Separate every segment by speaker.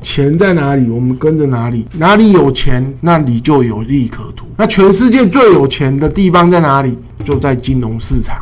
Speaker 1: 钱在哪里，我们跟着哪里，哪里有钱，那里就有利可图。那全世界最有钱的地方在哪里？就在金融市场。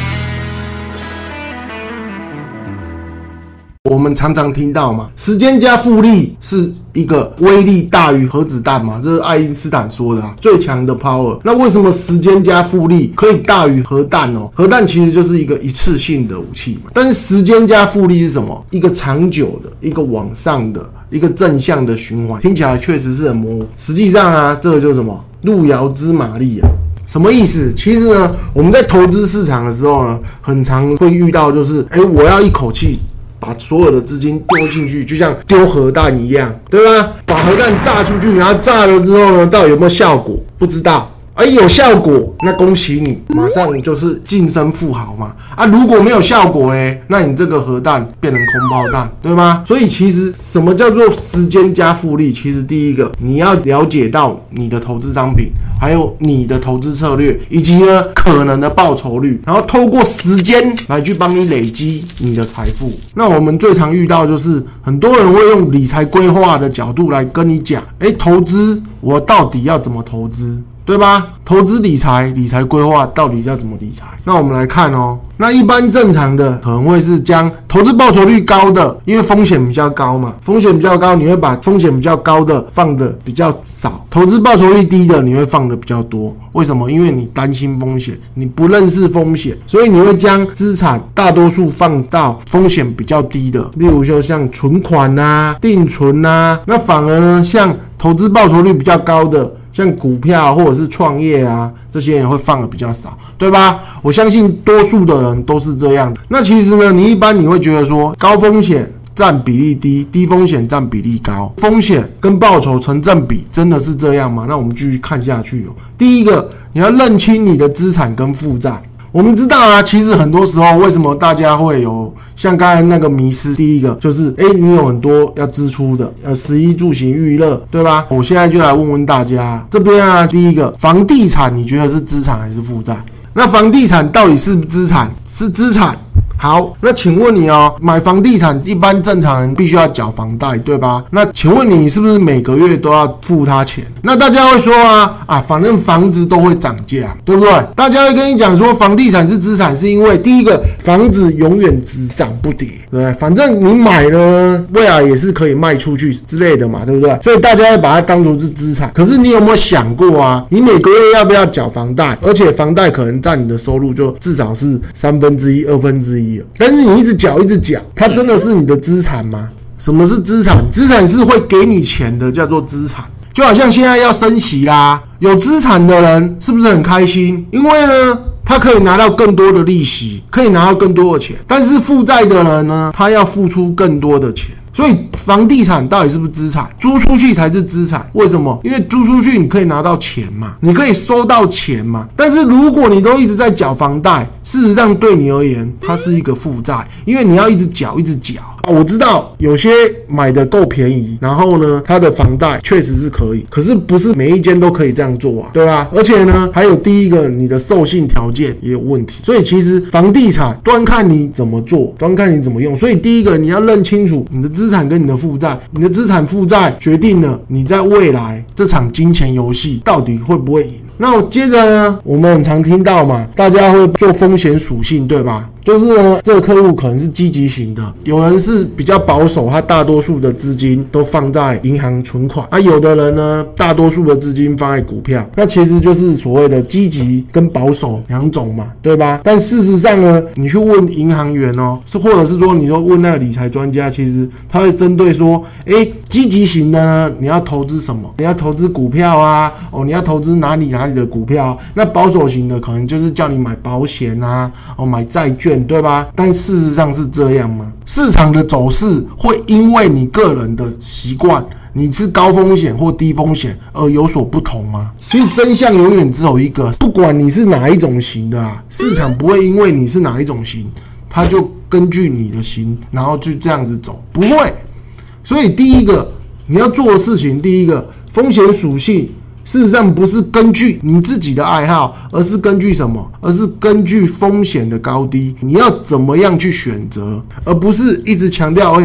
Speaker 1: 我们常常听到嘛，时间加复利是一个威力大于核子弹嘛，这是爱因斯坦说的最强的 power。那为什么时间加复利可以大于核弹哦？核弹其实就是一个一次性的武器嘛，但是时间加复利是什么？一个长久的，一个往上的，一个正向的循环。听起来确实是很模糊，实际上这个就是什么？路遥知马力啊。什么意思？其实呢，我们在投资市场的时候呢，很常会遇到就是我要一口气把所有的资金丢进去，就像丢核弹一样，对吧？把核弹炸出去，然后炸了之后呢，到底有没有效果？不知道。有效果，那恭喜你，马上就是晋升富豪嘛。如果没有效果那你这个核弹变成空包弹，对吗？所以其实什么叫做时间加复利？其实第一个你要了解到你的投资商品，还有你的投资策略，以及呢可能的报酬率，然后透过时间来去帮你累积你的财富。那我们最常遇到就是很多人会用理财规划的角度来跟你讲，投资我到底要怎么投资？对吧？投资理财规划到底要怎么理财？那我们来看那一般正常的可能会是将投资报酬率高的，因为风险比较高嘛，风险比较高，你会把风险比较高的放的比较少，投资报酬率低的你会放的比较多。为什么？因为你担心风险，你不认识风险，所以你会将资产大多数放到风险比较低的，例如就像存款定存那反而呢，像投资报酬率比较高的，像股票或者是创业这些人会放的比较少，对吧？我相信多数的人都是这样的。那其实呢，你会觉得说高风险占比例低，低风险占比例高，风险跟报酬成正比，真的是这样吗？那我们继续看下去第一个，你要认清你的资产跟负债。我们知道其实很多时候为什么大家会有像刚才那个迷思，第一个就是你有很多要支出的食衣住行娱乐，对吧？我现在就来问问大家，这边第一个，房地产你觉得是资产还是负债？那房地产到底是资产？是资产。好，那请问你买房地产一般正常人必须要缴房贷，对吧？那请问你是不是每个月都要付他钱？那大家会说反正房子都会涨价，对不对？大家会跟你讲说房地产是资产，是因为第一个，房子永远只涨不跌，对不对？反正你买了未来也是可以卖出去之类的嘛，对不对？所以大家会把它当作是资产。可是你有没有想过你每个月要不要缴房贷？而且房贷可能占你的收入就至少是1/3、1/2。但是你一直缴，它真的是你的资产吗？什么是资产？资产是会给你钱的，叫做资产。就好像现在要升息啦，有资产的人是不是很开心？因为呢，他可以拿到更多的利息，可以拿到更多的钱。但是负债的人呢，他要付出更多的钱。所以房地产到底是不是资产？租出去才是资产。为什么？因为租出去你可以拿到钱嘛，你可以收到钱嘛。但是如果你都一直在缴房贷，事实上对你而言它是一个负债，因为你要一直缴。我知道有些买的够便宜，然后呢它的房贷确实是可以，可是不是每一间都可以这样做对吧？而且呢还有第一个，你的授信条件也有问题。所以其实房地产端看你怎么做，端看你怎么用。所以第一个，你要认清楚你的资产跟你的负债，你的资产负债决定了你在未来这场金钱游戏到底会不会赢。那我接着呢，我们很常听到嘛，大家会做风险属性，对吧？就是呢，这个客户可能是积极型的，有人是比较保守，他大多数的资金都放在银行存款，有的人呢，大多数的资金放在股票。那其实就是所谓的积极跟保守两种嘛，对吧？但事实上呢，你去问银行员或者是说你说问那个理财专家，其实他会针对说，积极型的呢，你要投资什么？你要投资股票你要投资哪里的股票那保守型的可能就是叫你买保险买债券，对吧？但事实上是这样吗？市场的走势会因为你个人的习惯，你是高风险或低风险而有所不同吗？所以真相永远只有一个，不管你是哪一种型的市场不会因为你是哪一种型，它就根据你的型然后就这样子走，不会。所以第一个你要做的事情，第一个风险属性事实上不是根据你自己的爱好，而是根据什么？而是根据风险的高低，你要怎么样去选择，而不是一直强调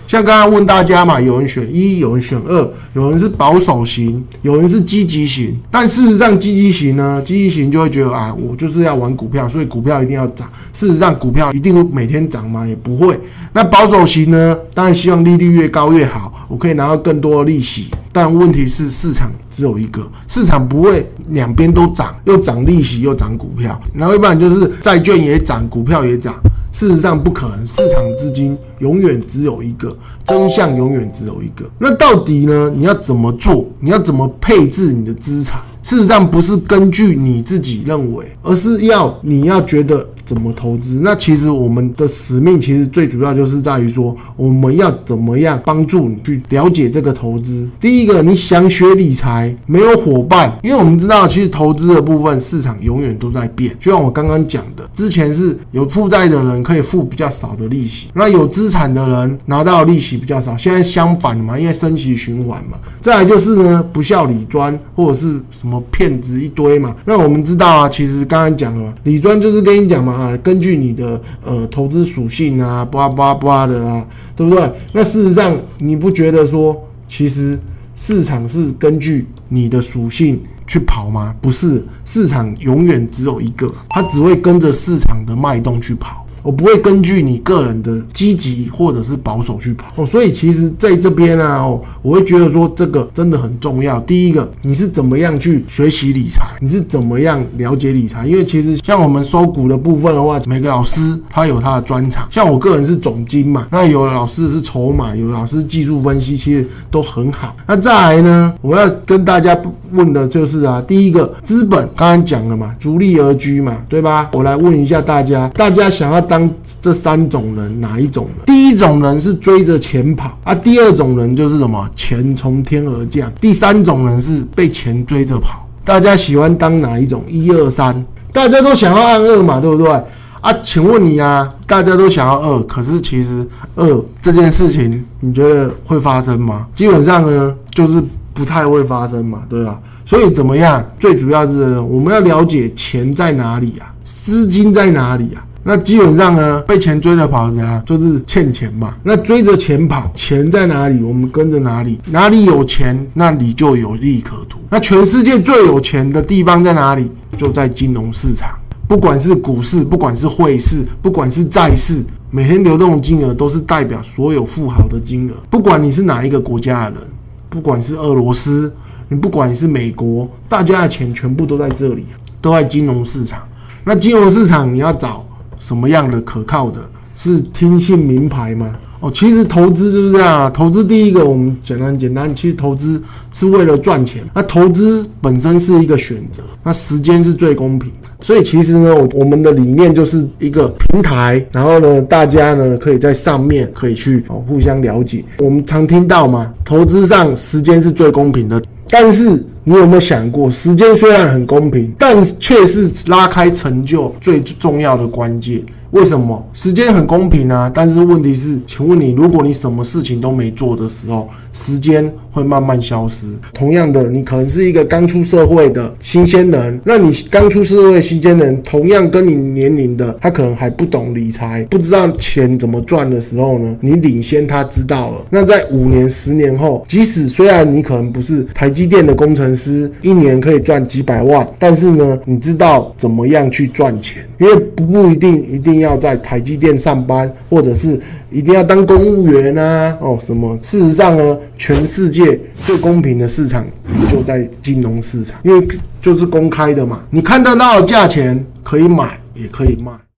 Speaker 1: 像刚刚问大家嘛，有人选1，有人选2，有人是保守型，有人是积极型。但事实上，积极型呢，积极型就会觉得啊，我就是要玩股票，所以股票一定要涨。事实上，股票一定每天涨吗？也不会。那保守型呢，当然希望利率越高越好，我可以拿到更多的利息。但问题是，市场只有一个，市场不会两边都涨，又涨利息又涨股票，然后一般就是债券也涨，股票也涨。事实上不可能，市场资金永远只有一个，真相永远只有一个。那到底呢？你要怎么做？你要怎么配置你的资产？事实上不是根据你自己认为，而是你要觉得怎么投资。那其实我们的使命其实最主要就是在于说，我们要怎么样帮助你去了解这个投资。第一个，你想学理财，没有伙伴，因为我们知道其实投资的部分市场永远都在变，就像我刚刚讲的，之前是有负债的人可以付比较少的利息，那有资产的人拿到的利息比较少，现在相反嘛，因为升息循环嘛。再来就是呢，不孝理专或者是什么骗子一堆嘛。那我们知道啊，其实刚刚讲了嘛，理专就是跟你讲嘛，根据你的投资属性啊，叭叭叭的啊，对不对？那事实上你不觉得说，其实市场是根据你的属性去跑吗？不是，市场永远只有一个，它只会跟着市场的脉动去跑。我不会根据你个人的积极或者是保守去跑所以其实在这边啊我会觉得说这个真的很重要。第一个，你是怎么样去学习理财，你是怎么样了解理财，因为其实像我们收股的部分的话，每个老师他有他的专长，像我个人是总经嘛，那有老师是筹码，有老师技术分析，其实都很好。那再来呢，我要跟大家问的就是啊，第一个，资本刚刚讲了嘛，逐利而居嘛，对吧？我来问一下大家想要当这3种人哪一种人？第一种人是追着钱跑啊，第二种人就是什么，钱从天而降，第三种人是被钱追着跑。大家喜欢当哪一种？1、2、3，大家都想要按2嘛，对不对？啊，请问你啊，大家都想要2，可是其实2这件事情，你觉得会发生吗？基本上呢，就是不太会发生嘛，对吧？所以怎么样？最主要是我们要了解钱在哪里啊，资金在哪里啊。那基本上呢，被钱追着跑啊，就是欠钱嘛。那追着钱跑，钱在哪里，我们跟着哪里，哪里有钱，那里就有利可图。那全世界最有钱的地方在哪里？就在金融市场。不管是股市，不管是汇市，不管是债市，每天流动金额都是代表所有富豪的金额。不管你是哪一个国家的人，不管是俄罗斯，你不管你是美国，大家的钱全部都在这里，都在金融市场。那金融市场你要找什么样的可靠的？是听信名牌吗？其实投资就是这样啊。投资第一个我们简单，其实投资是为了赚钱。那投资本身是一个选择，那时间是最公平的。所以其实呢，我们的理念就是一个平台，然后呢，大家呢可以在上面可以去互相了解。我们常听到嘛，投资上时间是最公平的。但是你有没有想过，时间虽然很公平，但却是拉开成就最重要的关键。为什么？时间很公平啊，但是问题是，请问你，如果你什么事情都没做的时候，时间会慢慢消失。同样的，你可能是一个刚出社会的新鲜人，那你刚出社会的新鲜人，同样跟你年龄的，他可能还不懂理财，不知道钱怎么赚的时候呢，你领先他知道了。那在5年、10年后，即使虽然你可能不是台积电的工程师，一年可以赚几百万，但是呢，你知道怎么样去赚钱，因为不一定要在台积电上班，或者是一定要当公务员啊，什么？事实上呢，全世界最公平的市场就在金融市场，因为就是公开的嘛，你看得到的价钱可以买也可以卖。